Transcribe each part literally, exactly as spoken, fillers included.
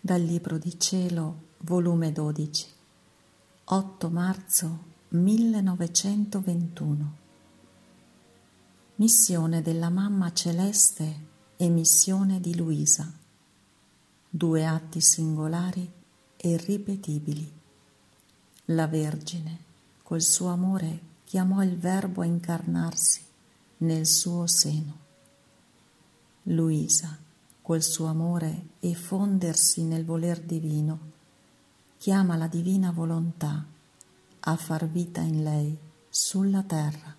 Dal Libro di Cielo, volume dodici, otto marzo millenovecentoventuno. Missione della Mamma Celeste e missione di Luisa. Due atti singolari e irripetibili. La Vergine, col suo amore, chiamò il Verbo a incarnarsi nel suo seno. Luisa, col suo amore e fondersi nel voler divino, chiama la divina volontà a far vita in lei sulla terra.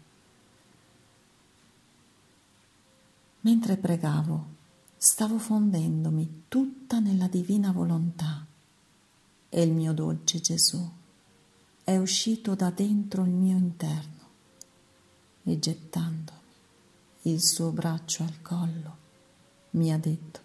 Mentre pregavo, stavo fondendomi tutta nella divina volontà e il mio dolce Gesù è uscito da dentro il mio interno e gettandomi il suo braccio al collo mi ha detto: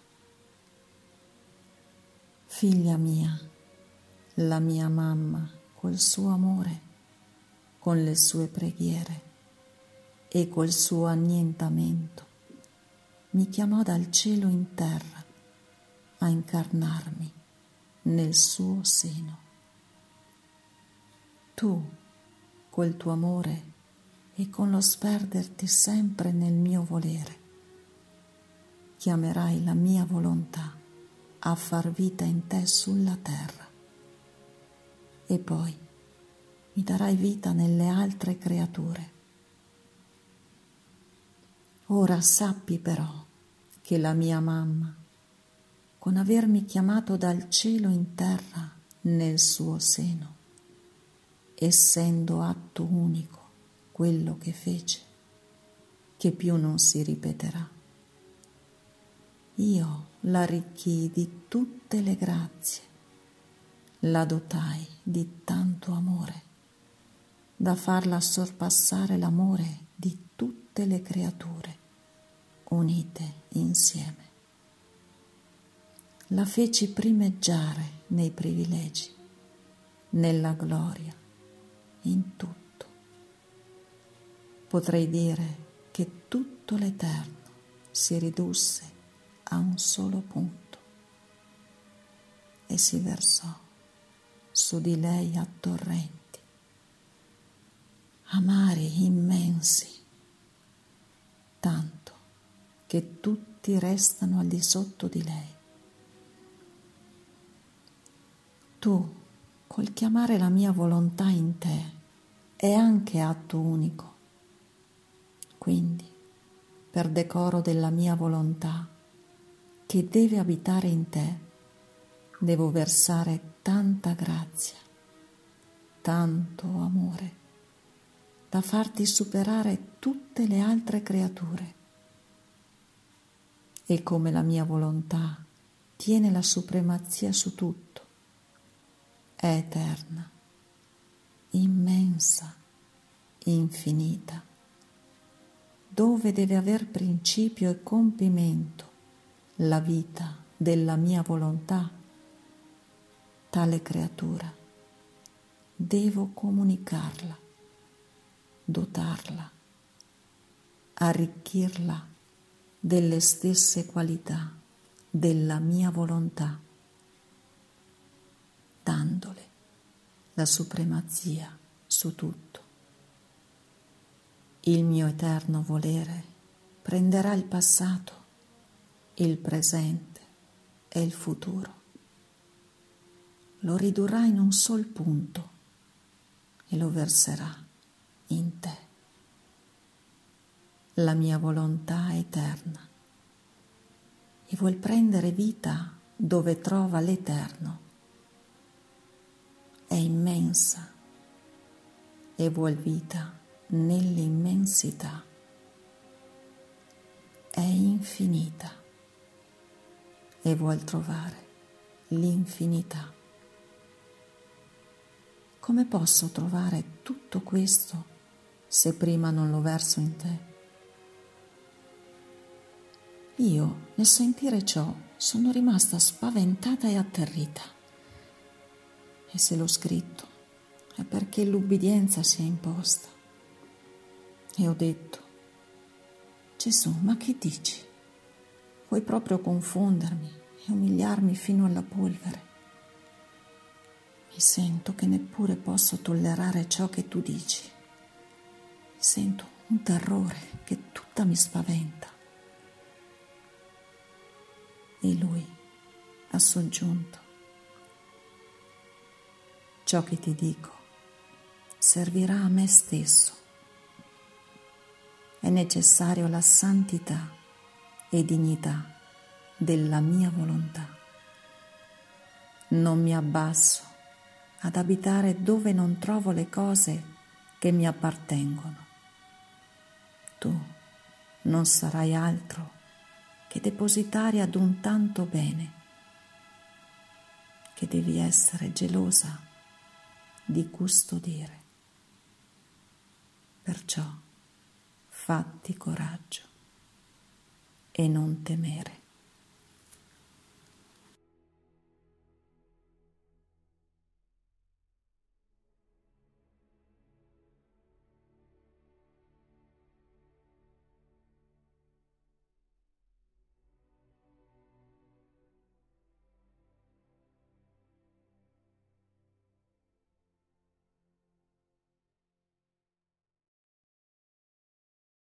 figlia mia, la mia mamma col suo amore, con le sue preghiere e col suo annientamento mi chiamò dal cielo in terra a incarnarmi nel suo seno. Tu, col tuo amore e con lo sperderti sempre nel mio volere, chiamerai la mia volontà a far vita in te sulla terra e poi mi darai vita nelle altre creature. Ora sappi però che la mia mamma, con avermi chiamato dal cielo in terra nel suo seno, essendo atto unico quello che fece, che più non si ripeterà, io l'arricchii di tutte le grazie, la dotai di tanto amore, da farla sorpassare l'amore di tutte le creature unite insieme. La feci primeggiare nei privilegi, nella gloria, in tutto. Potrei dire che tutto l'Eterno si ridusse a un solo punto e si versò su di lei a torrenti, amari immensi, tanto che tutti restano al di sotto di lei. Tu, col chiamare la mia volontà in te, è anche atto unico. Quindi, per decoro della mia volontà, che deve abitare in te, devo versare tanta grazia, tanto amore, da farti superare tutte le altre creature. E come la mia volontà tiene la supremazia su tutto, è eterna, immensa, infinita, dove deve aver principio e compimento la vita della mia volontà, tale creatura devo comunicarla, dotarla, arricchirla delle stesse qualità della mia volontà, dandole la supremazia su tutto. Il mio eterno volere prenderà il passato, il presente e il futuro. Lo ridurrà in un sol punto e lo verserà in te. La mia volontà è eterna e vuol prendere vita dove trova l'eterno. È immensa e vuol vita nell'immensità. È infinita e vuol trovare l'infinità. Come posso trovare tutto questo se prima non lo verso in te? Io, nel sentire ciò, sono rimasta spaventata e atterrita. E se l'ho scritto è perché l'ubbidienza si è imposta. E ho detto: Gesù, ma che dici? Vuoi proprio confondermi e umiliarmi fino alla polvere. Mi sento che neppure posso tollerare ciò che tu dici. Sento un terrore che tutta mi spaventa. E lui ha soggiunto: ciò che ti dico servirà a me stesso. È necessario la santità e dignità della mia volontà. Non mi abbasso ad abitare dove non trovo le cose che mi appartengono. Tu non sarai altro che depositaria d'un tanto bene che devi essere gelosa di custodire. Perciò fatti coraggio e non temere.